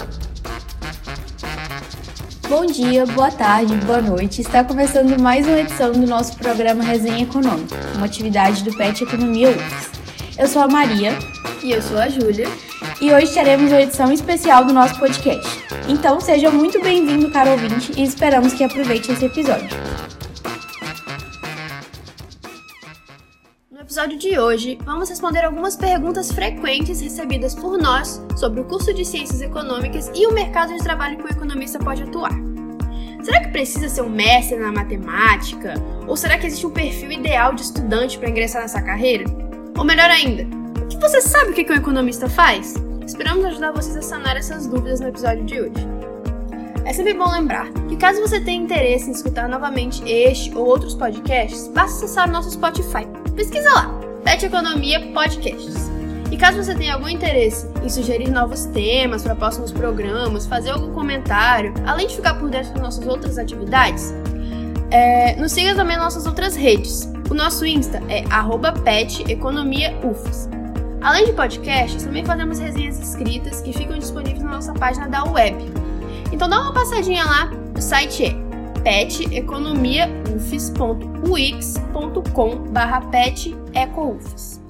Bom dia, boa tarde, boa noite. Está começando mais uma edição do nosso programa Resenha Econômica, uma atividade do PET Economia UFES. Eu sou a Maria. E eu sou a Júlia. E hoje teremos uma edição especial do nosso podcast. Então, seja muito bem-vindo, caro ouvinte, e esperamos que aproveite esse episódio. No episódio de hoje, vamos responder algumas perguntas frequentes recebidas por nós sobre o curso de Ciências Econômicas e o mercado de trabalho que um economista pode atuar. Será que precisa ser um mestre na matemática? Ou será que existe um perfil ideal de estudante para ingressar nessa carreira? Ou melhor ainda, o que você sabe o que um economista faz? Esperamos ajudar vocês a sanar essas dúvidas no episódio de hoje. É sempre bom lembrar que caso você tenha interesse em escutar novamente este ou outros podcasts, basta acessar o nosso Spotify. Pesquisa lá, PET Economia Podcasts. E caso você tenha algum interesse em sugerir novos temas para próximos programas, fazer algum comentário, além de ficar por dentro das nossas outras atividades, nos siga também nas nossas outras redes. O nosso Insta é @PETEconomiaUFES. Além de podcasts, também fazemos resenhas escritas que ficam disponíveis na nossa página da web. Então dá uma passadinha lá, o site é peteconomiaufes.wix.com/petecoufes.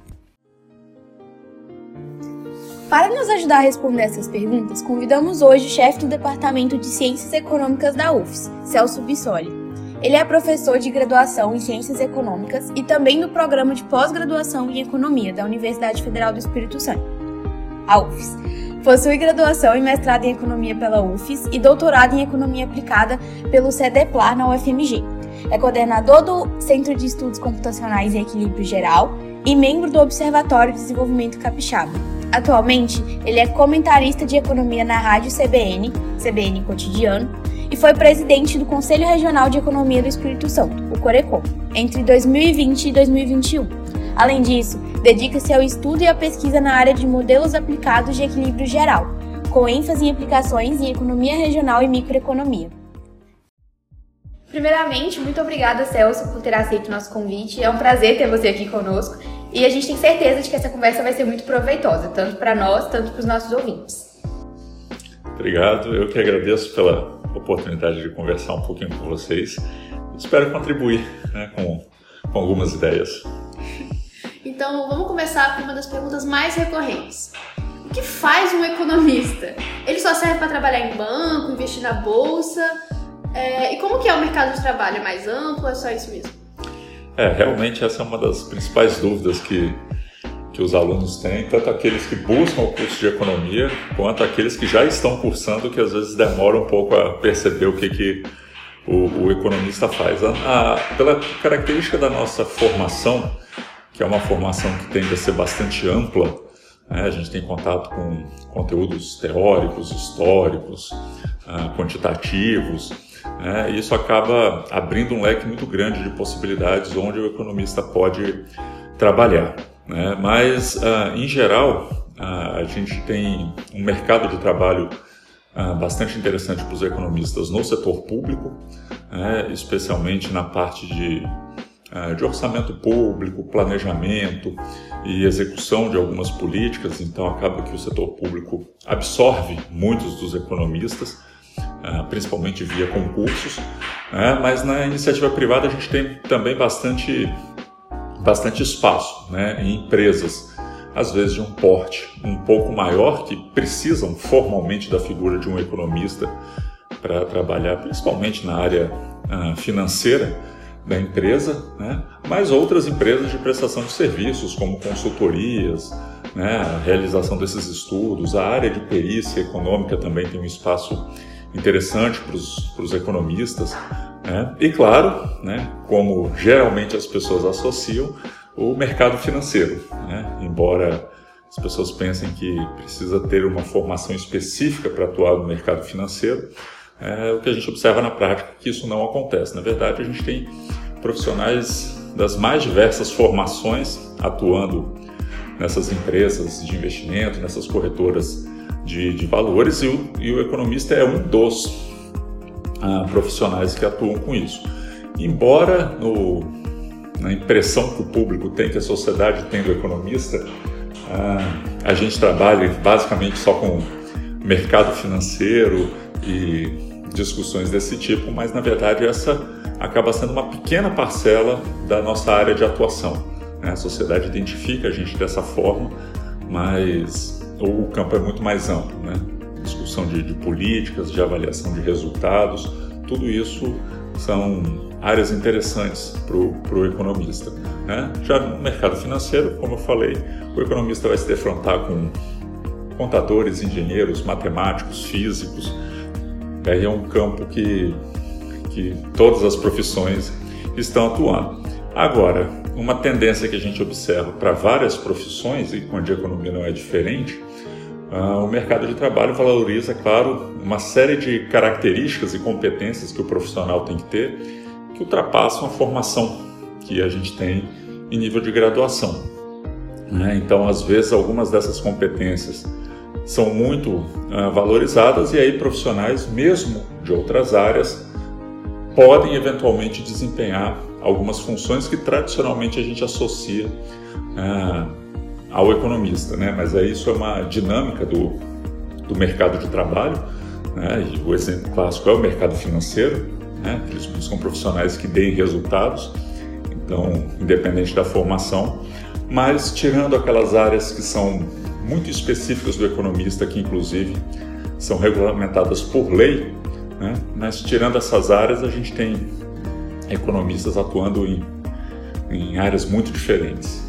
Para nos ajudar a responder essas perguntas, convidamos hoje o chefe do Departamento de Ciências Econômicas da UFES, Celso Bissoli. Ele é professor de graduação em Ciências Econômicas e também do Programa de Pós-Graduação em Economia da Universidade Federal do Espírito Santo, a UFES. Possui graduação e mestrado em Economia pela UFES e doutorado em Economia Aplicada pelo CEDEPLAR na UFMG. É coordenador do Centro de Estudos Computacionais em Equilíbrio Geral e membro do Observatório de Desenvolvimento Capixaba. Atualmente, ele é comentarista de Economia na Rádio CBN Cotidiano, e foi presidente do Conselho Regional de Economia do Espírito Santo, o CORECOM, entre 2020 e 2021. Além disso, dedica-se ao estudo e à pesquisa na área de modelos aplicados de equilíbrio geral, com ênfase em aplicações em economia regional e microeconomia. Primeiramente, muito obrigada, Celso, por ter aceito o nosso convite. É um prazer ter você aqui conosco e a gente tem certeza de que essa conversa vai ser muito proveitosa, tanto para nós, tanto para os nossos ouvintes. Obrigado, eu que agradeço pela oportunidade de conversar um pouquinho com vocês. Espero contribuir com algumas ideias. Então, vamos começar com uma das perguntas mais recorrentes. O que faz um economista? Ele só serve para trabalhar em banco, investir na bolsa? E como que é o mercado de trabalho? É mais amplo ou é só isso mesmo? Realmente essa é uma das principais dúvidas que os alunos têm, tanto aqueles que buscam o curso de economia, quanto aqueles que já estão cursando, que às vezes demoram um pouco a perceber o que o economista faz. Pela característica da nossa formação, que é uma formação que tende a ser bastante ampla, a gente tem contato com conteúdos teóricos, históricos, quantitativos, e isso acaba abrindo um leque muito grande de possibilidades onde o economista pode trabalhar. Mas, em geral, a gente tem um mercado de trabalho bastante interessante para os economistas no setor público, especialmente na parte de orçamento público, planejamento e execução de algumas políticas. Então acaba que o setor público absorve muitos dos economistas, principalmente via concursos, mas na iniciativa privada a gente tem também bastante espaço em empresas, às vezes de um porte um pouco maior, que precisam formalmente da figura de um economista para trabalhar principalmente na área financeira da empresa, mas outras empresas de prestação de serviços, como consultorias, a realização desses estudos. A área de perícia econômica também tem um espaço interessante para os economistas, e claro, como geralmente as pessoas associam, o mercado financeiro, embora as pessoas pensem que precisa ter uma formação específica para atuar no mercado financeiro, o que a gente observa na prática é que isso não acontece. Na verdade, a gente tem profissionais das mais diversas formações atuando nessas empresas de investimento, nessas corretoras de valores, e o economista é um dos profissionais que atuam com isso. Embora na impressão que o público tem, que a sociedade tem do economista, a gente trabalha basicamente só com mercado financeiro e discussões desse tipo, mas na verdade essa acaba sendo uma pequena parcela da nossa área de atuação. A sociedade identifica a gente dessa forma, mas o campo é muito mais amplo, né? Discussão de políticas, de avaliação de resultados, tudo isso são áreas interessantes para o economista, né? Já no mercado financeiro, como eu falei, o economista vai se defrontar com contadores, engenheiros, matemáticos, físicos. Aí é um campo que todas as profissões estão atuando. Agora, uma tendência que a gente observa para várias profissões, e onde a economia não é diferente, o mercado de trabalho valoriza, claro, uma série de características e competências que o profissional tem que ter, que ultrapassam a formação que a gente tem em nível de graduação. Então, às vezes, algumas dessas competências são muito valorizadas e aí profissionais, mesmo de outras áreas, podem eventualmente desempenhar algumas funções que tradicionalmente a gente associa ao economista, né? Mas aí isso é uma dinâmica do mercado de trabalho, né? E o exemplo clássico é o mercado financeiro, né? Eles buscam profissionais que deem resultados, então, independente da formação, mas tirando aquelas áreas que são muito específicas do economista, que inclusive são regulamentadas por lei, né? Mas tirando essas áreas, a gente tem economistas atuando em áreas muito diferentes.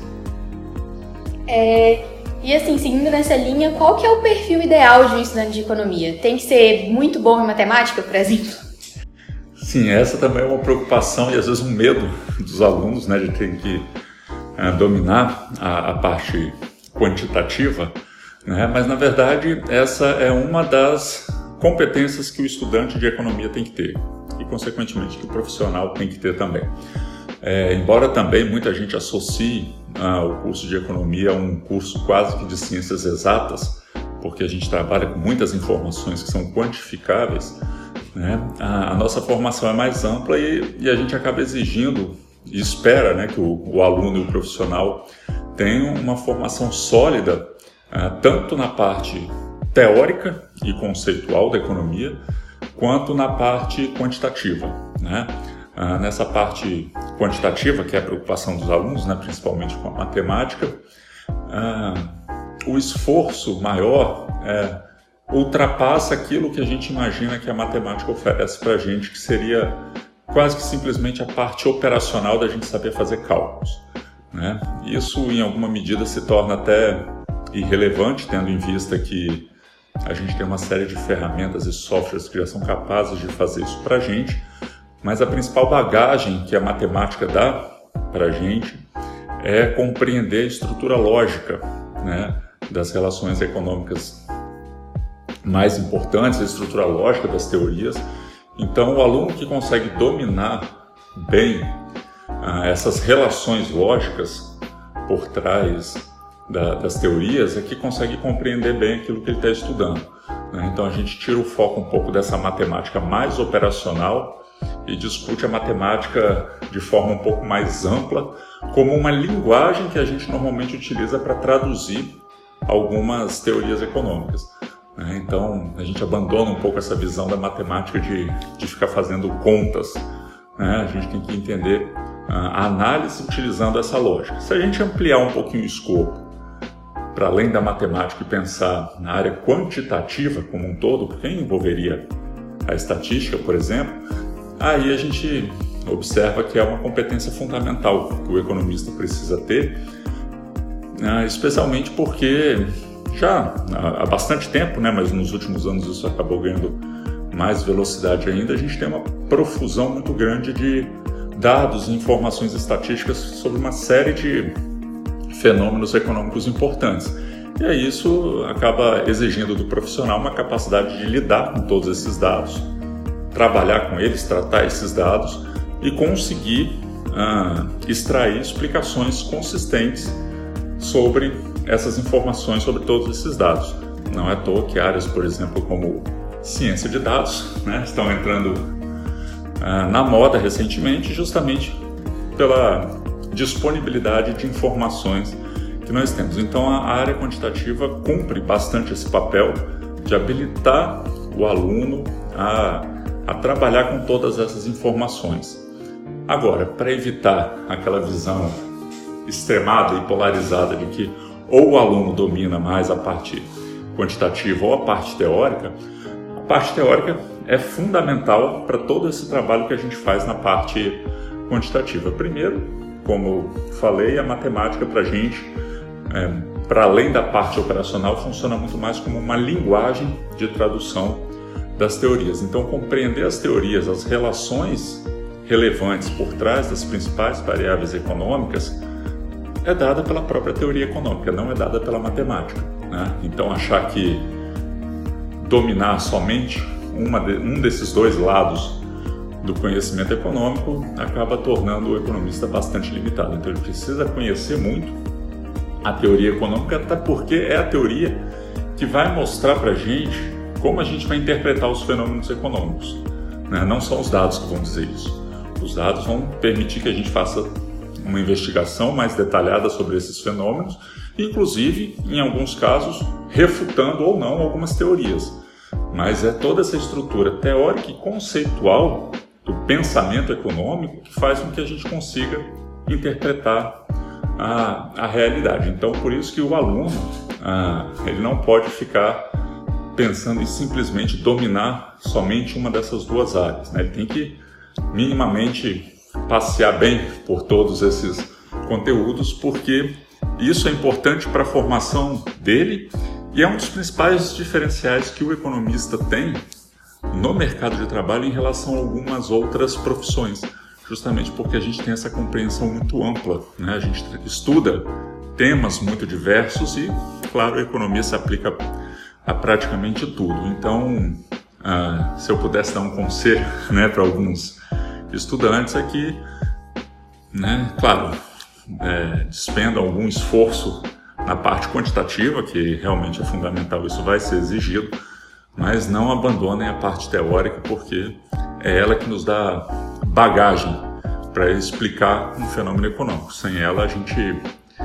E assim, seguindo nessa linha, qual que é o perfil ideal de um estudante de economia? Tem que ser muito bom em matemática, por exemplo? Sim, essa também é uma preocupação e às vezes um medo dos alunos, né, de ter que dominar a parte quantitativa, né? Mas na verdade essa é uma das competências que o estudante de economia tem que ter e consequentemente que o profissional tem que ter também. Embora também muita gente associe o curso de economia a um curso quase que de ciências exatas, porque a gente trabalha com muitas informações que são quantificáveis, né? A nossa formação é mais ampla e a gente acaba exigindo e espera, né, que o aluno e o profissional tenham uma formação sólida, tanto na parte teórica e conceitual da economia, quanto na parte quantitativa, né? Nessa parte quantitativa, que é a preocupação dos alunos, né, principalmente com a matemática, o esforço maior ultrapassa aquilo que a gente imagina que a matemática oferece para a gente, que seria quase que simplesmente a parte operacional da gente saber fazer cálculos, né? Isso, em alguma medida, se torna até irrelevante, tendo em vista que a gente tem uma série de ferramentas e softwares que já são capazes de fazer isso para a gente, mas a principal bagagem que a matemática dá para a gente é compreender a estrutura lógica, né, das relações econômicas mais importantes, a estrutura lógica das teorias. Então, o aluno que consegue dominar bem essas relações lógicas por trás das teorias é que consegue compreender bem aquilo que ele está estudando, né? Então, a gente tira o foco um pouco dessa matemática mais operacional e discute a matemática de forma um pouco mais ampla, como uma linguagem que a gente normalmente utiliza para traduzir algumas teorias econômicas. Então, a gente abandona um pouco essa visão da matemática de ficar fazendo contas, né? A gente tem que entender a análise utilizando essa lógica. Se a gente ampliar um pouquinho o escopo para além da matemática e pensar na área quantitativa como um todo, porque envolveria a estatística, por exemplo, aí a gente observa que é uma competência fundamental que o economista precisa ter, especialmente porque já há bastante tempo, né, mas nos últimos anos isso acabou ganhando mais velocidade ainda, a gente tem uma profusão muito grande de dados e informações estatísticas sobre uma série de fenômenos econômicos importantes. E aí isso acaba exigindo do profissional uma capacidade de lidar com todos esses dados, trabalhar com eles, tratar esses dados e conseguir extrair explicações consistentes sobre essas informações, sobre todos esses dados. Não é à toa que áreas, por exemplo, como ciência de dados, né, estão entrando na moda recentemente, justamente pela disponibilidade de informações que nós temos. Então, a área quantitativa cumpre bastante esse papel de habilitar o aluno a trabalhar com todas essas informações. Agora, para evitar aquela visão extremada e polarizada de que ou o aluno domina mais a parte quantitativa ou a parte teórica é fundamental para todo esse trabalho que a gente faz na parte quantitativa. Primeiro, como falei, a matemática para a gente, para além da parte operacional, funciona muito mais como uma linguagem de tradução das teorias. Então, compreender as teorias, as relações relevantes por trás das principais variáveis econômicas é dada pela própria teoria econômica, não é dada pela matemática, né? Então, achar que dominar somente um desses dois lados do conhecimento econômico acaba tornando o economista bastante limitado. Então, ele precisa conhecer muito a teoria econômica, até porque é a teoria que vai mostrar para a gente como a gente vai interpretar os fenômenos econômicos, né? Não são os dados que vão dizer isso. Os dados vão permitir que a gente faça uma investigação mais detalhada sobre esses fenômenos, inclusive, em alguns casos, refutando ou não algumas teorias. Mas é toda essa estrutura teórica e conceitual do pensamento econômico que faz com que a gente consiga interpretar a realidade. Então, por isso que o aluno ele não pode ficar pensando em simplesmente dominar somente uma dessas duas áreas, né? Ele tem que minimamente passear bem por todos esses conteúdos, porque isso é importante para a formação dele e é um dos principais diferenciais que o economista tem no mercado de trabalho em relação a algumas outras profissões, justamente porque a gente tem essa compreensão muito ampla, né? A gente estuda temas muito diversos e, claro, a economia se aplica a praticamente tudo. Então, se eu pudesse dar um conselho, né, para alguns estudantes é que, né, claro, despendam algum esforço na parte quantitativa, que realmente é fundamental, isso vai ser exigido, mas não abandonem a parte teórica, porque é ela que nos dá bagagem para explicar um fenômeno econômico. Sem ela, a gente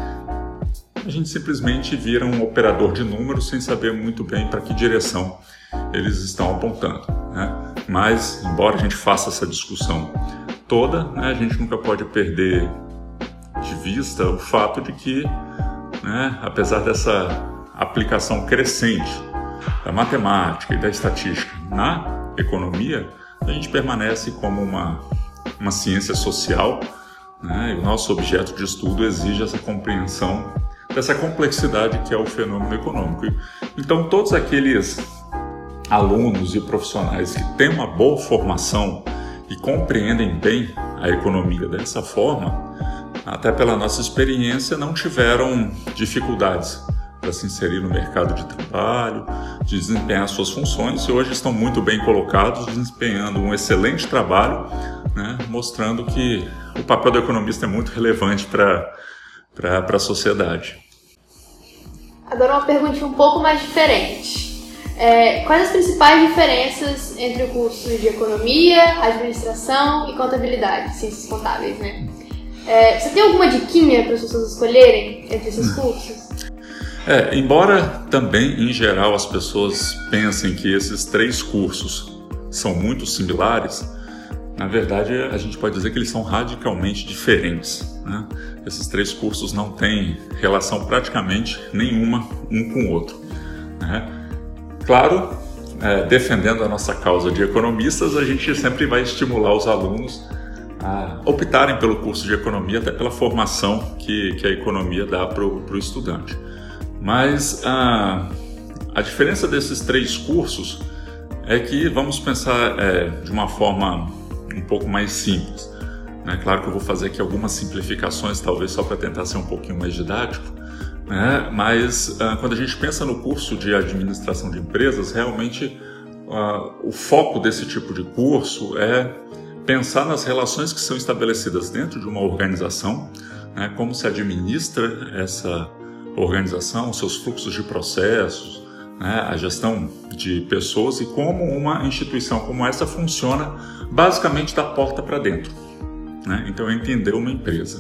simplesmente vira um operador de números sem saber muito bem para que direção eles estão apontando, né? Mas, embora a gente faça essa discussão toda, né, a gente nunca pode perder de vista o fato de que, né, apesar dessa aplicação crescente da matemática e da estatística na economia, a gente permanece como uma ciência social, né, e o nosso objeto de estudo exige essa compreensão dessa complexidade que é o fenômeno econômico. Então, todos aqueles alunos e profissionais que têm uma boa formação e compreendem bem a economia dessa forma, até pela nossa experiência, não tiveram dificuldades para se inserir no mercado de trabalho, de desempenhar suas funções, e hoje estão muito bem colocados, desempenhando um excelente trabalho, né, mostrando que o papel do economista é muito relevante para a sociedade. Agora uma pergunta um pouco mais diferente. Quais as principais diferenças entre o curso de Economia, Administração e Contabilidade, Ciências Contábeis, né? Você tem alguma diquinha para as pessoas escolherem entre esses cursos? Embora também, em geral, as pessoas pensem que esses três cursos são muito similares, na verdade, a gente pode dizer que eles são radicalmente diferentes, né? Esses três cursos não têm relação praticamente nenhuma um com o outro, né? Claro, defendendo a nossa causa de economistas, a gente sempre vai estimular os alunos a optarem pelo curso de economia, até pela formação que a economia dá para o estudante. Mas a diferença desses três cursos é que vamos pensar de uma forma um pouco mais simples, né? Claro que eu vou fazer aqui algumas simplificações, talvez só para tentar ser um pouquinho mais didático, né? Mas quando a gente pensa no curso de administração de empresas, realmente o foco desse tipo de curso é pensar nas relações que são estabelecidas dentro de uma organização, né? Como se administra essa organização, seus fluxos de processos, né? A gestão de pessoas e como uma instituição como essa funciona basicamente da porta para dentro, né? Então, é entender uma empresa.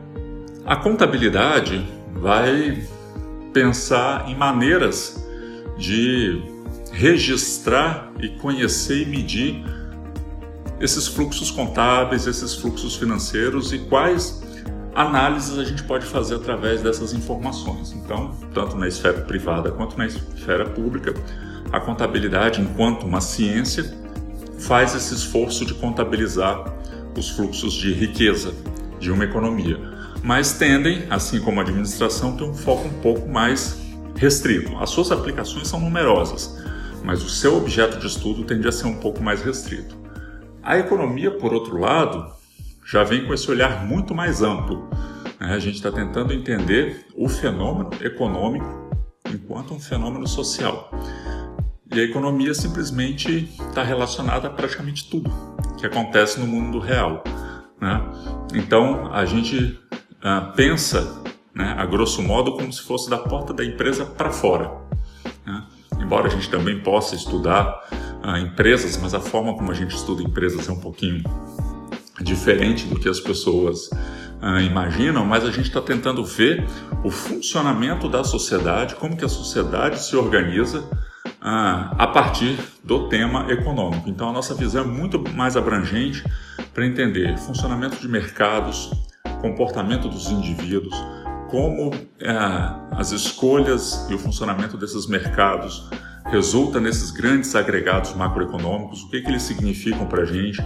A contabilidade vai pensar em maneiras de registrar e conhecer e medir esses fluxos contábeis, esses fluxos financeiros e quais análises a gente pode fazer através dessas informações. Então, tanto na esfera privada quanto na esfera pública, a contabilidade, enquanto uma ciência, faz esse esforço de contabilizar os fluxos de riqueza de uma economia, mas tendem, assim como a administração, a ter um foco um pouco mais restrito. As suas aplicações são numerosas, mas o seu objeto de estudo tende a ser um pouco mais restrito. A economia, por outro lado, já vem com esse olhar muito mais amplo. A gente está tentando entender o fenômeno econômico enquanto um fenômeno social. E a economia simplesmente está relacionada a praticamente tudo que acontece no mundo real, né? Então, a gente pensa, né, a grosso modo, como se fosse da porta da empresa para fora, né? Embora a gente também possa estudar empresas, mas a forma como a gente estuda empresas é um pouquinho diferente do que as pessoas imaginam, mas a gente está tentando ver o funcionamento da sociedade, como que a sociedade se organiza a partir do tema econômico. Então a nossa visão é muito mais abrangente para entender funcionamento de mercados, comportamento dos indivíduos, como as escolhas e o funcionamento desses mercados resulta nesses grandes agregados macroeconômicos, o que eles significam para a gente,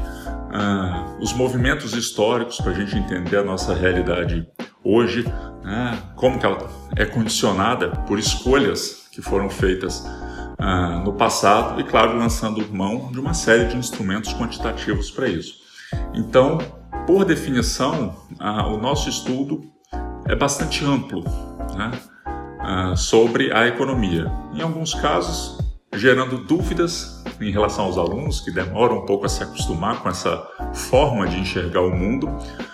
os movimentos históricos para a gente entender a nossa realidade hoje, como que ela é condicionada por escolhas que foram feitas no passado e, claro, lançando mão de uma série de instrumentos quantitativos para isso. Então, por definição, o nosso estudo é bastante amplo, né, sobre a economia. Em alguns casos, gerando dúvidas em relação aos alunos, que demoram um pouco a se acostumar com essa forma de enxergar o mundo,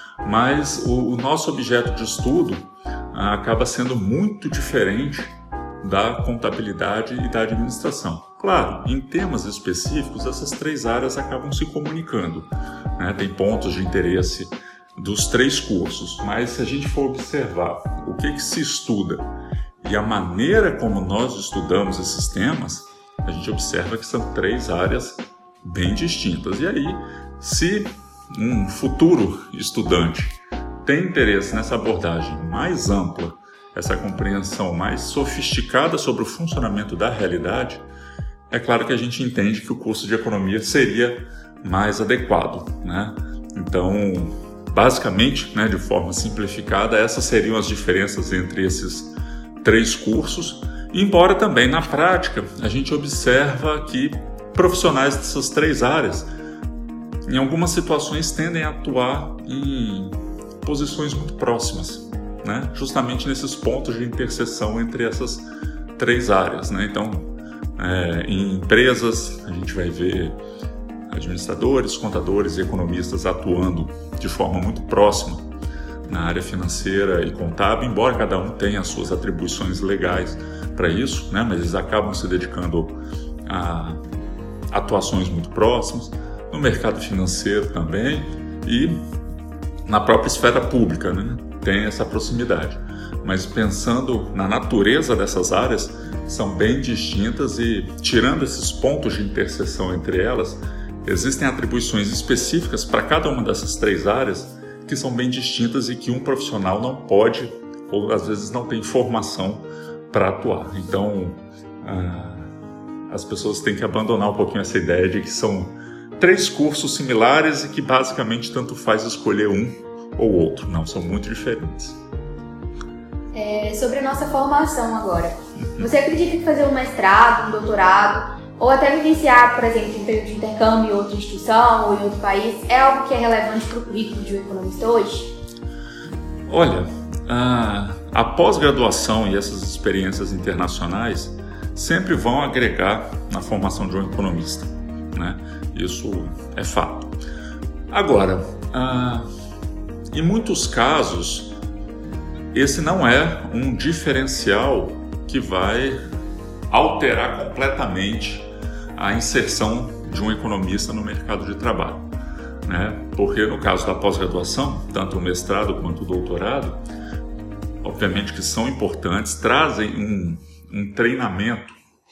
mas o nosso objeto de estudo acaba sendo muito diferente da contabilidade e da administração. Claro, em temas específicos, essas três áreas acabam se comunicando, né? Tem pontos de interesse dos três cursos, mas se a gente for observar o que se estuda e a maneira como nós estudamos esses temas, a gente observa que são três áreas bem distintas. E aí, se um futuro estudante tem interesse nessa abordagem mais ampla, essa compreensão mais sofisticada sobre o funcionamento da realidade, é claro que a gente entende que o curso de economia seria mais adequado, né? Então, basicamente, né, de forma simplificada, essas seriam as diferenças entre esses três cursos, embora também na prática a gente observa que profissionais dessas três áreas, em algumas situações, tendem a atuar em posições muito próximas, né? Justamente nesses pontos de interseção entre essas três áreas, né? Então, em empresas, a gente vai ver administradores, contadores e economistas atuando de forma muito próxima na área financeira e contábil, embora cada um tenha as suas atribuições legais para isso, né? Mas eles acabam se dedicando a atuações muito próximas, no mercado financeiro também e na própria esfera pública, né? Tem essa proximidade. Mas pensando na natureza dessas áreas, são bem distintas e, tirando esses pontos de interseção entre elas, existem atribuições específicas para cada uma dessas três áreas que são bem distintas e que um profissional não pode, ou às vezes não tem formação para atuar. Então, as pessoas têm que abandonar um pouquinho essa ideia de que são três cursos similares e que basicamente tanto faz escolher um ou outro. Não, são muito diferentes. Sobre a nossa formação agora, você acredita que fazer um mestrado, um doutorado, ou até vivenciar, por exemplo, um período de intercâmbio em outra instituição ou em outro país, é algo que é relevante para o currículo de um economista hoje? Olha, a pós-graduação e essas experiências internacionais sempre vão agregar na formação de um economista, né? Isso é fato. Agora, em muitos casos, esse não é um diferencial que vai alterar completamente a inserção de um economista no mercado de trabalho, né? Porque no caso da pós-graduação, tanto o mestrado quanto o doutorado, obviamente que são importantes, trazem um treinamento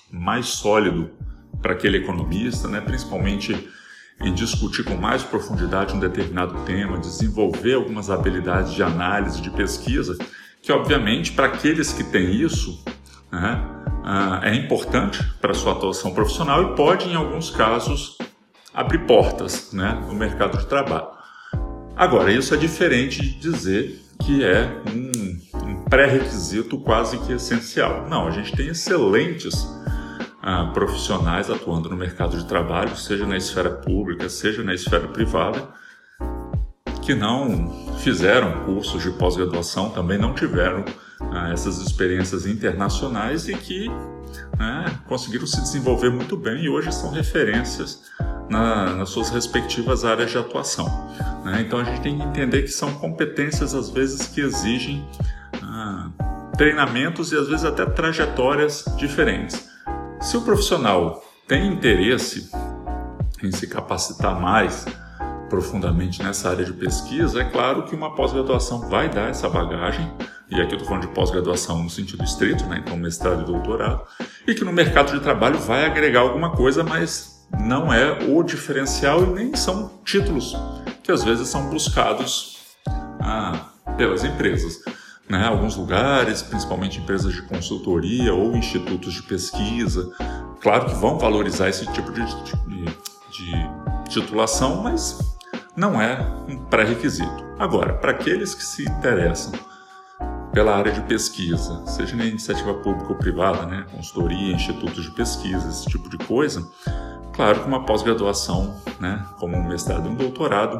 mais sólido para aquele economista, né? Principalmente em discutir com mais profundidade um determinado tema, desenvolver algumas habilidades de análise, de pesquisa, que obviamente para aqueles que têm isso, né, é importante para a sua atuação profissional e pode, em alguns casos, abrir portas, né, no mercado de trabalho. Agora, isso é diferente de dizer que é um pré-requisito quase que essencial. Não, a gente tem excelentes profissionais atuando no mercado de trabalho, seja na esfera pública, seja na esfera privada, que não fizeram cursos de pós-graduação, também não tiveram essas experiências internacionais e que conseguiram se desenvolver muito bem e hoje são referências nas suas respectivas áreas de atuação. Então a gente tem que entender que são competências às vezes que exigem treinamentos e às vezes até trajetórias diferentes. Se o profissional tem interesse em se capacitar mais profundamente nessa área de pesquisa, é claro que uma pós-graduação vai dar essa bagagem, e aqui eu estou falando de pós-graduação no sentido estrito, então mestrado e doutorado, e que no mercado de trabalho vai agregar alguma coisa, mas não é o diferencial e nem são títulos que às vezes são buscados pelas empresas. Alguns lugares, principalmente empresas de consultoria ou institutos de pesquisa, claro que vão valorizar esse tipo de titulação, mas não é um pré-requisito. Agora, para aqueles que se interessam pela área de pesquisa, seja na iniciativa pública ou privada, consultoria, institutos de pesquisa, esse tipo de coisa, claro que uma pós-graduação, como um mestrado e um doutorado,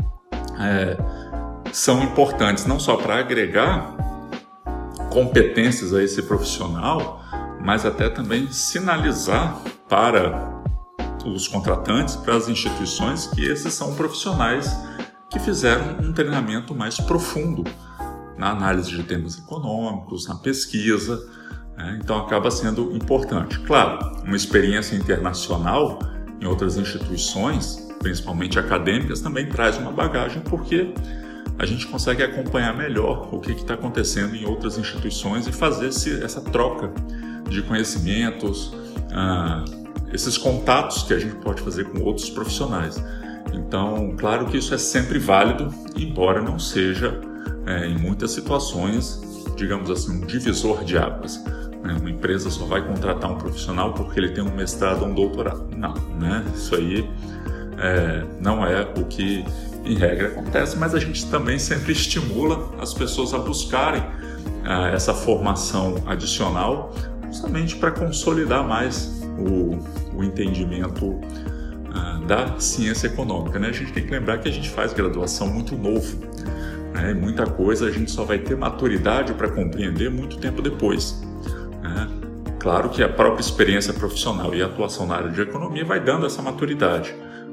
são importantes não só para agregar competências a esse profissional, mas até também sinalizar para os contratantes, para as instituições, que esses são profissionais que fizeram um treinamento mais profundo na análise de temas econômicos, na pesquisa, então acaba sendo importante. Claro, uma experiência internacional em outras instituições, principalmente acadêmicas, também traz uma bagagem, porque a gente consegue acompanhar melhor o que está acontecendo em outras instituições e fazer essa troca de conhecimentos, esses contatos que a gente pode fazer com outros profissionais. Então, claro que isso é sempre válido, embora não seja, em muitas situações, digamos assim, um divisor de águas. Uma empresa só vai contratar um profissional porque ele tem um mestrado ou um doutorado. Não, isso aí não é o que em regra acontece, mas a gente também sempre estimula as pessoas a buscarem essa formação adicional, justamente para consolidar mais o entendimento da ciência econômica. A gente tem que lembrar que a gente faz graduação muito novo, e muita coisa a gente só vai ter maturidade para compreender muito tempo depois. Claro que a própria experiência profissional e a atuação na área de economia vai dando essa maturidade,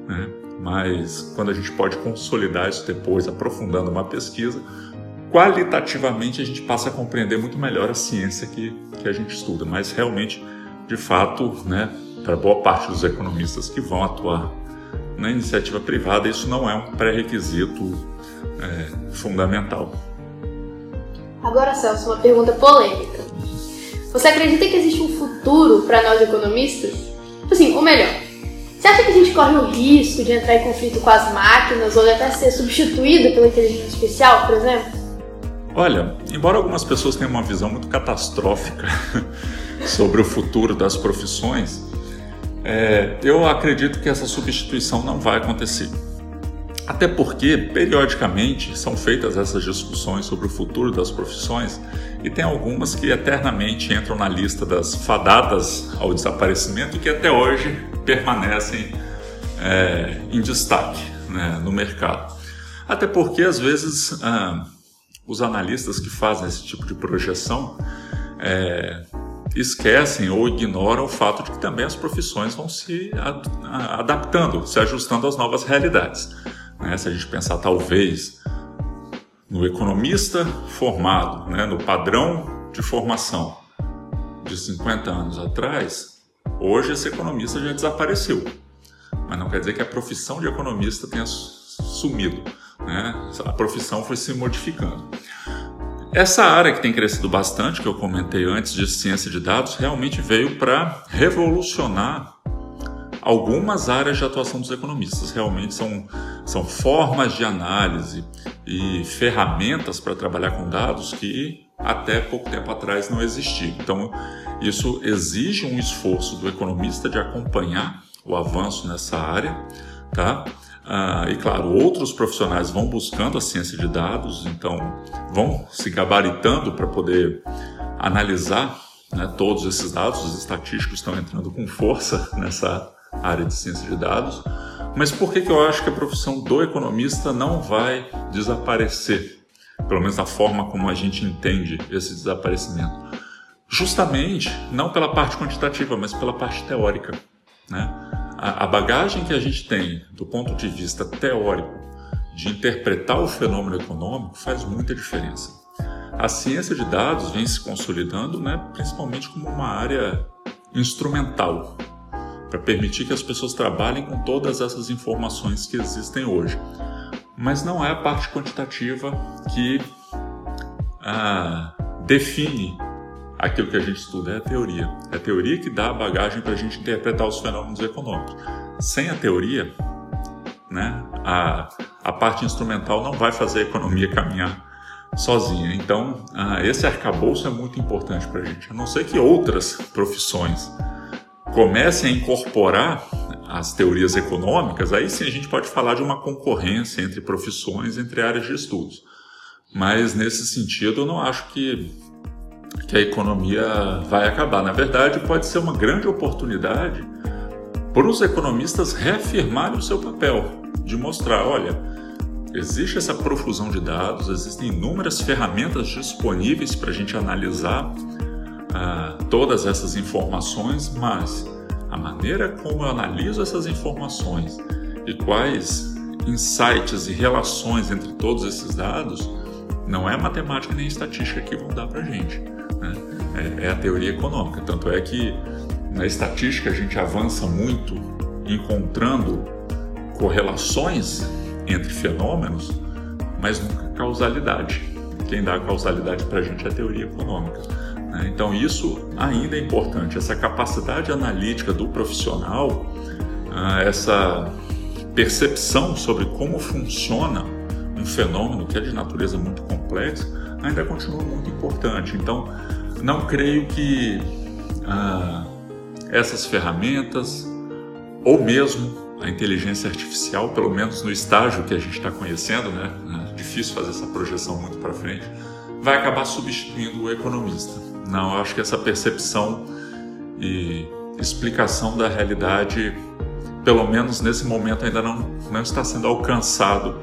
mas quando a gente pode consolidar isso depois, aprofundando uma pesquisa, qualitativamente a gente passa a compreender muito melhor a ciência que a gente estuda. Mas realmente, de fato, para boa parte dos economistas que vão atuar na iniciativa privada, isso não é um pré-requisito fundamental. Agora, Celso, uma pergunta polêmica. Você acredita que existe um futuro para nós economistas? Ou melhor, você acha que a gente corre o risco de entrar em conflito com as máquinas ou de até ser substituído pela inteligência artificial, por exemplo? Olha, embora algumas pessoas tenham uma visão muito catastrófica sobre o futuro das profissões, eu acredito que essa substituição não vai acontecer. Até porque, periodicamente, são feitas essas discussões sobre o futuro das profissões e tem algumas que eternamente entram na lista das fadadas ao desaparecimento e que até hoje permanecem em destaque no mercado. Até porque, às vezes, os analistas que fazem esse tipo de projeção esquecem ou ignoram o fato de que também as profissões vão se adaptando, se ajustando às novas realidades. Se a gente pensar talvez no economista formado, no padrão de formação de 50 anos atrás, hoje esse economista já desapareceu. Mas não quer dizer que a profissão de economista tenha sumido. A profissão foi se modificando. Essa área que tem crescido bastante, que eu comentei antes, de ciência de dados, realmente veio para revolucionar algumas áreas de atuação dos economistas. Realmente são formas de análise e ferramentas para trabalhar com dados que até pouco tempo atrás não existiam. Então, isso exige um esforço do economista de acompanhar o avanço nessa área, tá? E claro, outros profissionais vão buscando a ciência de dados, então vão se gabaritando para poder analisar, né, todos esses dados. Os estatísticos estão entrando com força nessa área de ciência de dados. Mas por que eu acho que a profissão do economista não vai desaparecer? Pelo menos da forma como a gente entende esse desaparecimento. Justamente, não pela parte quantitativa, mas pela parte teórica, né? A bagagem que a gente tem do ponto de vista teórico de interpretar o fenômeno econômico faz muita diferença. A ciência de dados vem se consolidando, né, principalmente como uma área instrumental, para permitir que as pessoas trabalhem com todas essas informações que existem hoje. Mas não é a parte quantitativa que define aquilo que a gente estuda, é a teoria. É a teoria que dá a bagagem para a gente interpretar os fenômenos econômicos. Sem a teoria, né, a parte instrumental não vai fazer a economia caminhar sozinha. Então, esse arcabouço é muito importante para a gente. A não ser que outras profissões comecem a incorporar as teorias econômicas, aí sim a gente pode falar de uma concorrência entre profissões, entre áreas de estudos. Mas, nesse sentido, eu não acho que a economia vai acabar. Na verdade, pode ser uma grande oportunidade para os economistas reafirmarem o seu papel, de mostrar, olha, existe essa profusão de dados, existem inúmeras ferramentas disponíveis para a gente analisar todas essas informações, mas a maneira como eu analiso essas informações e quais insights e relações entre todos esses dados não é matemática nem estatística que vão dar para a gente, né? É a teoria econômica. Tanto é que na estatística a gente avança muito encontrando correlações entre fenômenos, mas nunca causalidade. Quem dá a causalidade para a gente é a teoria econômica, né? Então isso ainda é importante, essa capacidade analítica do profissional, essa percepção sobre como funciona um fenômeno que é de natureza muito complexa, ainda continua muito importante. Então, não creio que essas ferramentas, ou mesmo a inteligência artificial, pelo menos no estágio que a gente está conhecendo, né, é difícil fazer essa projeção muito para frente, vai acabar substituindo o economista. Não, eu acho que essa percepção e explicação da realidade, pelo menos nesse momento, ainda não está sendo alcançado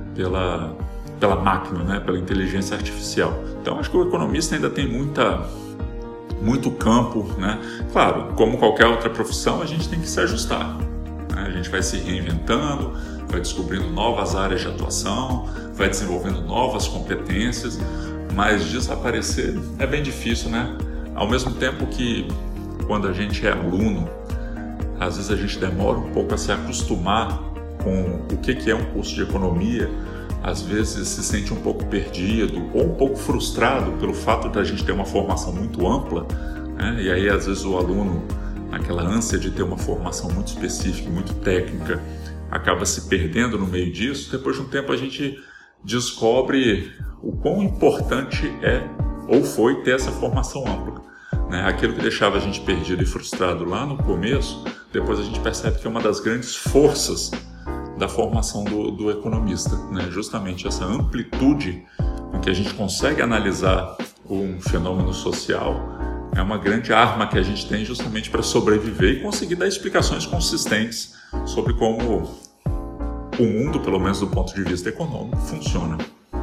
pela máquina, né, pela inteligência artificial. Então, acho que o economista ainda tem muito campo, né? Claro, como qualquer outra profissão, a gente tem que se ajustar, né? A gente vai se reinventando, vai descobrindo novas áreas de atuação, vai desenvolvendo novas competências, mas desaparecer é bem difícil, né? Ao mesmo tempo que, quando a gente é aluno, às vezes a gente demora um pouco a se acostumar com o que é um curso de economia, às vezes se sente um pouco perdido ou um pouco frustrado pelo fato de a gente ter uma formação muito ampla, né? E aí às vezes o aluno, naquela ânsia de ter uma formação muito específica, muito técnica, acaba se perdendo no meio disso. Depois de um tempo a gente descobre o quão importante é ou foi ter essa formação ampla, né? Aquilo que deixava a gente perdido e frustrado lá no começo, depois a gente percebe que é uma das grandes forças da formação do economista, né? Justamente essa amplitude com que a gente consegue analisar um fenômeno social é uma grande arma que a gente tem justamente para sobreviver e conseguir dar explicações consistentes sobre como o mundo, pelo menos do ponto de vista econômico, funciona.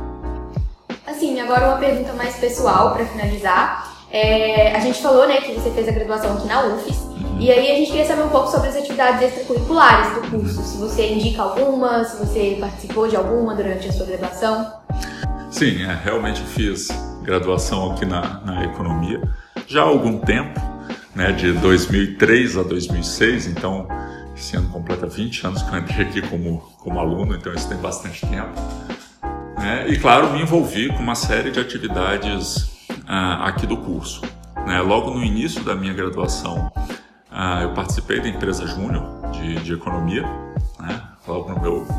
Assim, agora uma pergunta mais pessoal para finalizar. A gente falou, né, que você fez a graduação aqui na UFES. E aí a gente queria saber um pouco sobre as atividades extracurriculares do curso, se você indica alguma, se você participou de alguma durante a sua graduação. Sim, realmente fiz graduação aqui na economia já há algum tempo, né, de 2003 a 2006, então esse ano completa 20 anos que eu entrei aqui como aluno, então isso tem bastante tempo. né? E claro, me envolvi com uma série de atividades aqui do curso, né? Logo no início da minha graduação, eu participei da empresa júnior de economia, né? Logo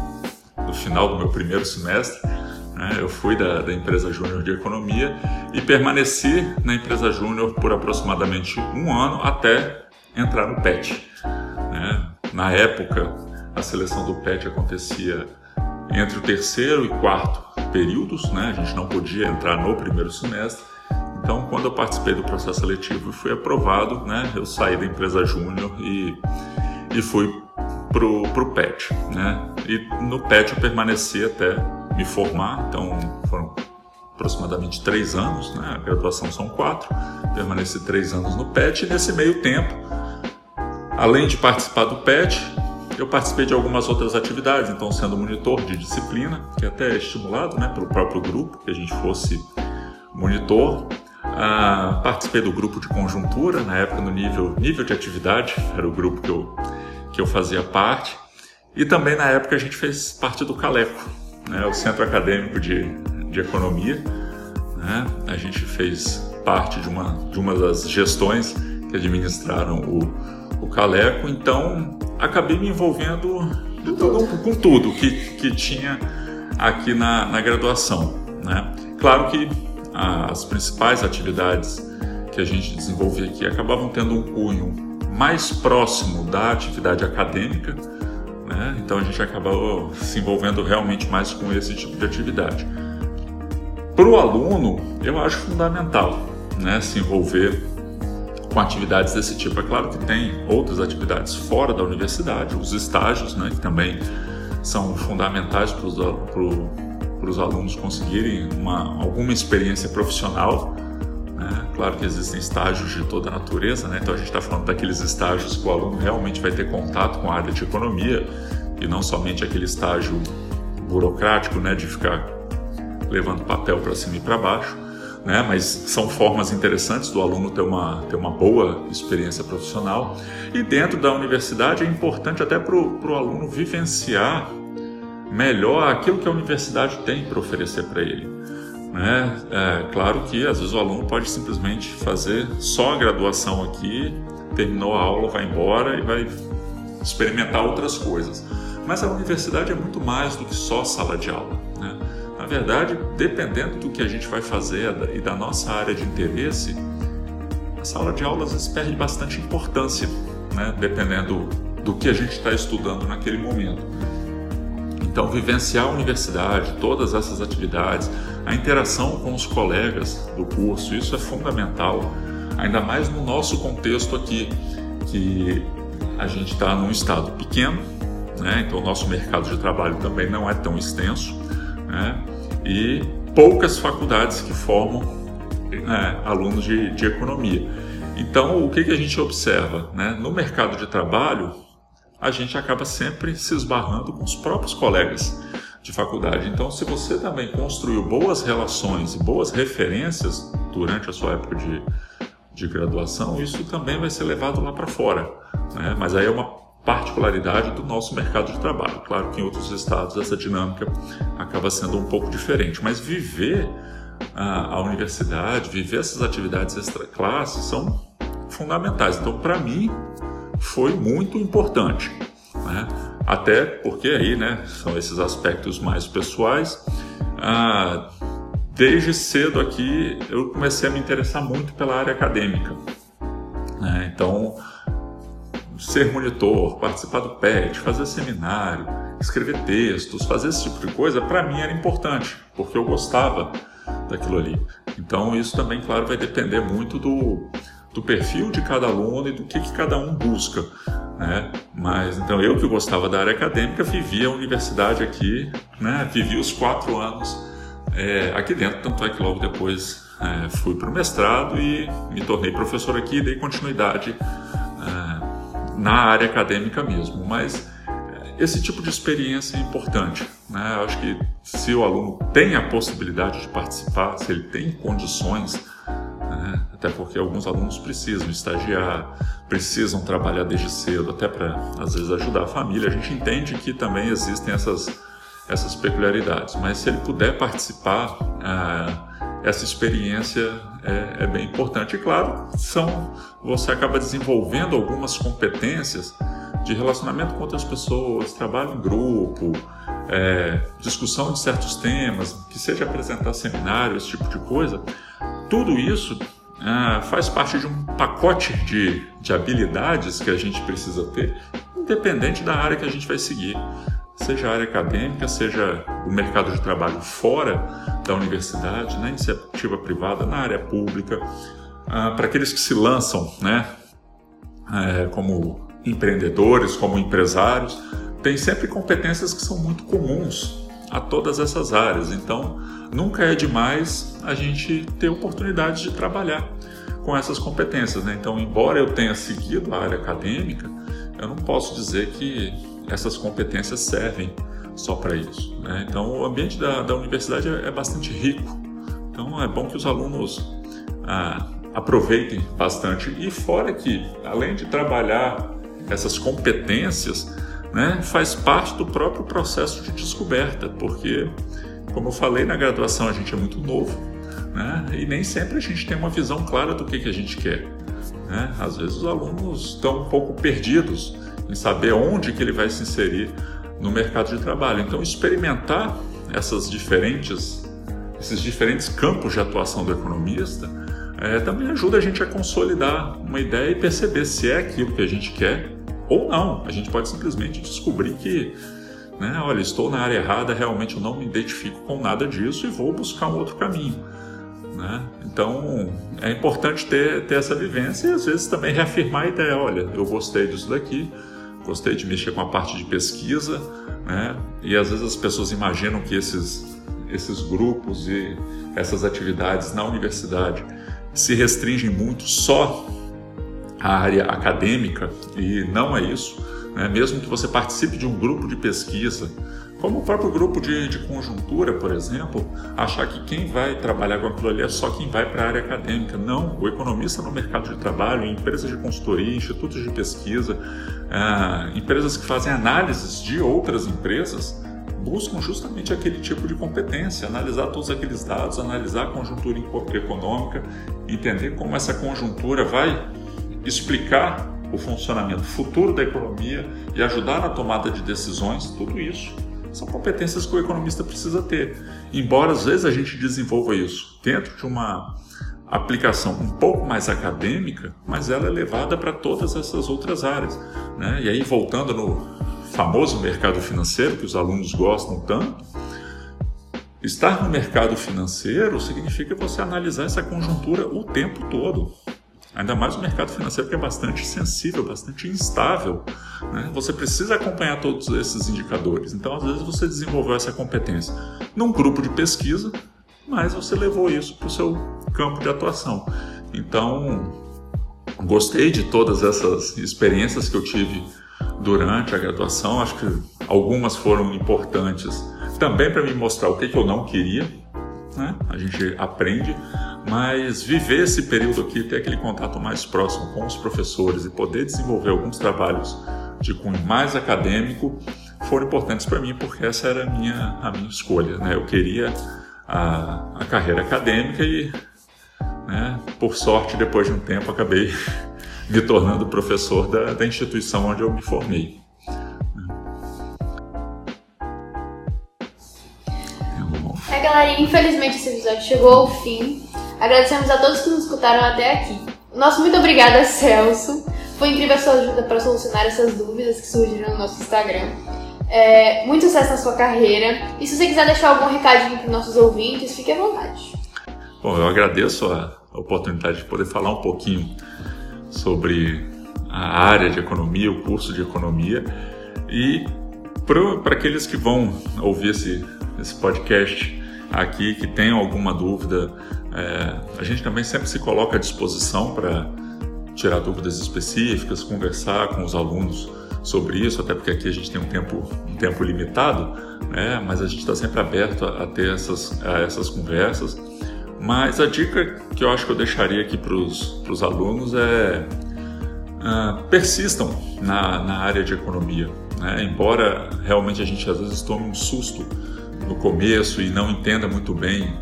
no final do meu primeiro semestre, né? Eu fui da empresa júnior de economia e permaneci na empresa júnior por aproximadamente 1 ano até entrar no PET, né? Na época, a seleção do PET acontecia entre o 3º e 4º períodos, né? A gente não podia entrar no primeiro semestre. Então, quando eu participei do processo seletivo e fui aprovado, né? Eu saí da empresa júnior e fui pro PET, né? E no PET eu permaneci até me formar. Então, foram aproximadamente 3 anos, né? A graduação são 4. Permaneci 3 anos no PET e nesse meio tempo, além de participar do PET, eu participei de algumas outras atividades, então sendo monitor de disciplina, que até é estimulado, né, pelo próprio grupo, que a gente fosse monitor. Participei do grupo de conjuntura, na época no nível de atividade, era o grupo que eu fazia parte. E também na época a gente fez parte do CALECO, né, o Centro Acadêmico de Economia, né? A gente fez parte de uma das gestões que administraram o CALECO, então acabei me envolvendo com tudo que tinha aqui na graduação, né? Claro que as principais atividades que a gente desenvolvia aqui acabavam tendo um cunho mais próximo da atividade acadêmica, né? Então a gente acabou se envolvendo realmente mais com esse tipo de atividade. Para o aluno, eu acho fundamental, né, se envolver com atividades desse tipo. É claro que tem outras atividades fora da universidade, os estágios, né, que também são fundamentais para os alunos conseguirem alguma experiência profissional, né? Claro que existem estágios de toda a natureza, né? Então a gente está falando daqueles estágios que o aluno realmente vai ter contato com a área de economia e não somente aquele estágio burocrático, né, de ficar levando papel para cima e para baixo, né? Mas são formas interessantes do aluno ter uma boa experiência profissional. E dentro da universidade é importante até para o aluno vivenciar melhor aquilo que a universidade tem para oferecer para ele, né? Claro que às vezes o aluno pode simplesmente fazer só a graduação aqui, terminou a aula, vai embora e vai experimentar outras coisas. Mas a universidade é muito mais do que só sala de aula, né? Na verdade, dependendo do que a gente vai fazer e da nossa área de interesse, a sala de aula às vezes perde bastante importância, né? Dependendo do que a gente está estudando naquele momento. Então, vivenciar a universidade, todas essas atividades, a interação com os colegas do curso, isso é fundamental, ainda mais no nosso contexto aqui, que a gente está num estado pequeno, né? Então o nosso mercado de trabalho também não é tão extenso, né? E poucas faculdades que formam alunos de economia. Então, o que a gente observa, né? No mercado de trabalho, a gente acaba sempre se esbarrando com os próprios colegas de faculdade. Então, se você também construiu boas relações e boas referências durante a sua época de graduação, isso também vai ser levado lá para fora, né? Mas aí é uma particularidade do nosso mercado de trabalho. Claro que em outros estados essa dinâmica acaba sendo um pouco diferente, mas viver a universidade, viver essas atividades extra-classe são fundamentais. Então, para mim, foi muito importante, né? Até porque aí, né, são esses aspectos mais pessoais. Desde cedo aqui eu comecei a me interessar muito pela área acadêmica, né? Então, ser monitor, participar do PET, fazer seminário, escrever textos, fazer esse tipo de coisa, para mim era importante, porque eu gostava daquilo ali. Então isso também, claro, vai depender muito do perfil de cada aluno e do que cada um busca, né? Mas então eu que gostava da área acadêmica, vivi a universidade aqui, né? Vivi os 4 anos aqui dentro, tanto é que logo depois fui para o mestrado e me tornei professor aqui e dei continuidade na área acadêmica mesmo. Mas esse tipo de experiência é importante, né? Eu acho que se o aluno tem a possibilidade de participar, se ele tem condições, né? Até porque alguns alunos precisam estagiar, precisam trabalhar desde cedo, até para, às vezes, ajudar a família. A gente entende que também existem essas peculiaridades. Mas se ele puder participar, essa experiência é bem importante. E claro, você acaba desenvolvendo algumas competências de relacionamento com outras pessoas, trabalho em grupo, discussão de certos temas, que seja apresentar seminário, esse tipo de coisa. Tudo isso faz parte de um pacote de habilidades que a gente precisa ter, independente da área que a gente vai seguir. Seja a área acadêmica, seja o mercado de trabalho fora da universidade, na iniciativa privada, na área pública, para aqueles que se lançam, né, como empreendedores, como empresários, tem sempre competências que são muito comuns a todas essas áreas. Então, nunca é demais a gente ter oportunidade de trabalhar com essas competências, né? Então, embora eu tenha seguido a área acadêmica, eu não posso dizer que essas competências servem só para isso, né? Então, o ambiente da universidade é bastante rico. Então, é bom que os alunos aproveitem bastante. E fora que, além de trabalhar essas competências, né, faz parte do próprio processo de descoberta, porque, como eu falei, na graduação a gente é muito novo, né, e nem sempre a gente tem uma visão clara do que a gente quer, né? Às vezes os alunos estão um pouco perdidos em saber onde que ele vai se inserir no mercado de trabalho. Então, experimentar esses diferentes campos de atuação do economista também ajuda a gente a consolidar uma ideia e perceber se é aquilo que a gente quer ou não. A gente pode simplesmente descobrir que, né, olha, estou na área errada, realmente eu não me identifico com nada disso e vou buscar um outro caminho, né? Então, é importante ter essa vivência e às vezes também reafirmar a ideia, olha, eu gostei disso daqui, gostei de mexer com a parte de pesquisa, né? E às vezes as pessoas imaginam que esses grupos e essas atividades na universidade se restringem muito só à área acadêmica, e não é isso, né? Mesmo que você participe de um grupo de pesquisa, como o próprio grupo de conjuntura, por exemplo, achar que quem vai trabalhar com aquilo ali é só quem vai para a área acadêmica. Não, o economista no mercado de trabalho, em empresas de consultoria, institutos de pesquisa, empresas que fazem análises de outras empresas, buscam justamente aquele tipo de competência, analisar todos aqueles dados, analisar a conjuntura econômica, entender como essa conjuntura vai explicar o funcionamento futuro da economia e ajudar na tomada de decisões. Tudo isso são competências que o economista precisa ter. Embora às vezes a gente desenvolva isso dentro de uma aplicação um pouco mais acadêmica, mas ela é levada para todas essas outras áreas, né? E aí, voltando no famoso mercado financeiro, que os alunos gostam tanto, estar no mercado financeiro significa você analisar essa conjuntura o tempo todo. Ainda mais o mercado financeiro, que é bastante sensível, bastante instável, né? Você precisa acompanhar todos esses indicadores. Então, às vezes, você desenvolveu essa competência num grupo de pesquisa, mas você levou isso para o seu campo de atuação. Então, gostei de todas essas experiências que eu tive durante a graduação. Acho que algumas foram importantes também para me mostrar o que eu não queria, né? A gente aprende, mas viver esse período aqui, ter aquele contato mais próximo com os professores e poder desenvolver alguns trabalhos de cunho mais acadêmico foram importantes para mim, porque essa era a minha escolha, né? Eu queria a carreira acadêmica e, né, por sorte, depois de um tempo, acabei me tornando professor da instituição onde eu me formei. Galerinha, infelizmente esse episódio chegou ao fim. Agradecemos a todos que nos escutaram até aqui. Nosso muito obrigada, Celso. Foi incrível a sua ajuda para solucionar essas dúvidas que surgiram no nosso Instagram. Muito sucesso na sua carreira. E se você quiser deixar algum recadinho para os nossos ouvintes, fique à vontade. Bom, eu agradeço a oportunidade de poder falar um pouquinho sobre a área de economia, o curso de economia. E para aqueles que vão ouvir esse podcast aqui, que tenham alguma dúvida, a gente também sempre se coloca à disposição para tirar dúvidas específicas, conversar com os alunos sobre isso, até porque aqui a gente tem um tempo limitado, né? Mas a gente está sempre aberto a ter essas conversas. Mas a dica que eu acho que eu deixaria aqui para os alunos é persistam na área de economia, né? Embora realmente a gente às vezes tome um susto no começo e não entenda muito bem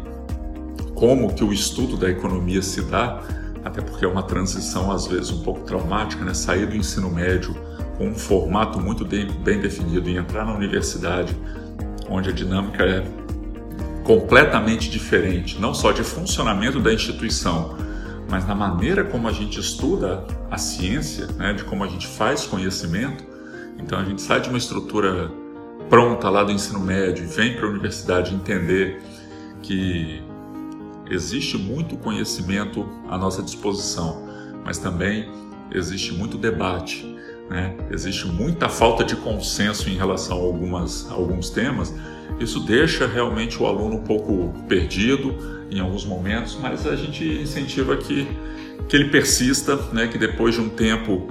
como que o estudo da economia se dá, até porque é uma transição às vezes um pouco traumática, né? Sair do ensino médio com um formato muito bem definido e entrar na universidade, onde a dinâmica é completamente diferente, não só de funcionamento da instituição, mas na maneira como a gente estuda a ciência, né? De como a gente faz conhecimento. Então a gente sai de uma estrutura pronta lá do ensino médio e vem para a universidade entender que existe muito conhecimento à nossa disposição, mas também existe muito debate, né? Existe muita falta de consenso em relação a alguns temas. Isso deixa realmente o aluno um pouco perdido em alguns momentos, mas a gente incentiva que ele persista, né? Que depois de um tempo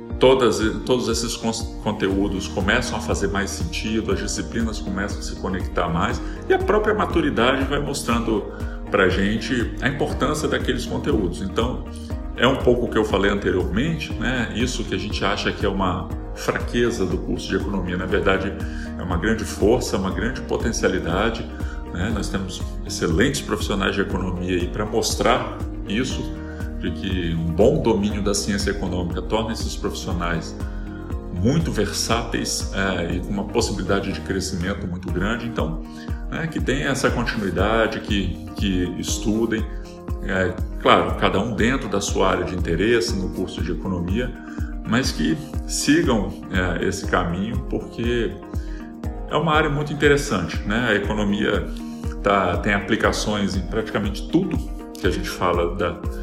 todos esses conteúdos começam a fazer mais sentido, as disciplinas começam a se conectar mais e a própria maturidade vai mostrando para a gente a importância daqueles conteúdos. Então, é um pouco o que eu falei anteriormente, né? Isso que a gente acha que é uma fraqueza do curso de economia, na verdade é uma grande força, uma grande potencialidade, né? Nós temos excelentes profissionais de economia aí para mostrar isso, de que um bom domínio da ciência econômica torna esses profissionais muito versáteis e com uma possibilidade de crescimento muito grande. Então, que tenham essa continuidade, que estudem, claro, cada um dentro da sua área de interesse no curso de economia, mas que sigam esse caminho, porque é uma área muito interessante, né? A economia tem aplicações em praticamente tudo que a gente fala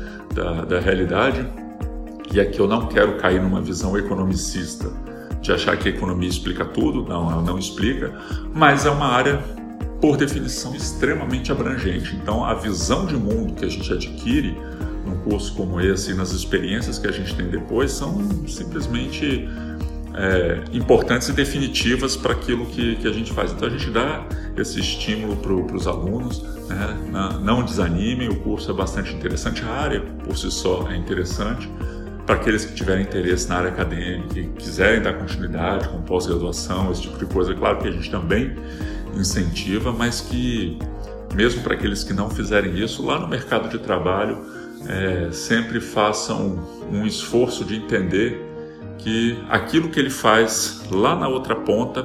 da realidade, e aqui eu não quero cair numa visão economicista de achar que a economia explica tudo. Não, ela não explica, mas é uma área, por definição, extremamente abrangente. Então, a visão de mundo que a gente adquire num curso como esse e nas experiências que a gente tem depois são simplesmente importantes e definitivas para aquilo que a gente faz. Então, a gente dá esse estímulo para os alunos, né? Não desanimem, o curso é bastante interessante, a área por si só é interessante. Para aqueles que tiverem interesse na área acadêmica e quiserem dar continuidade com pós-graduação, esse tipo de coisa, claro que a gente também incentiva, mas que mesmo para aqueles que não fizerem isso, lá no mercado de trabalho, sempre façam um esforço de entender que aquilo que ele faz lá na outra ponta,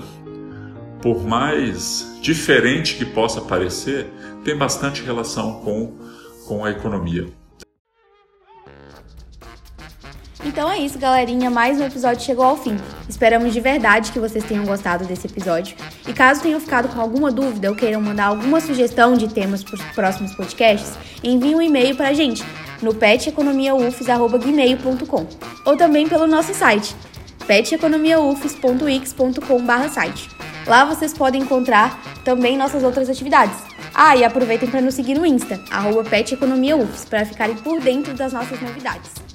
por mais diferente que possa parecer, tem bastante relação com a economia. Então é isso, galerinha, mais um episódio chegou ao fim. Esperamos de verdade que vocês tenham gostado desse episódio. E caso tenham ficado com alguma dúvida ou queiram mandar alguma sugestão de temas para os próximos podcasts, envie um e-mail para a gente no peteconomiaufes@gmail.com ou também pelo nosso site, peteconomiaufes.wix.com/site. Lá vocês podem encontrar também nossas outras atividades. E aproveitem para nos seguir no Insta, @peteconomiaufes, para ficarem por dentro das nossas novidades.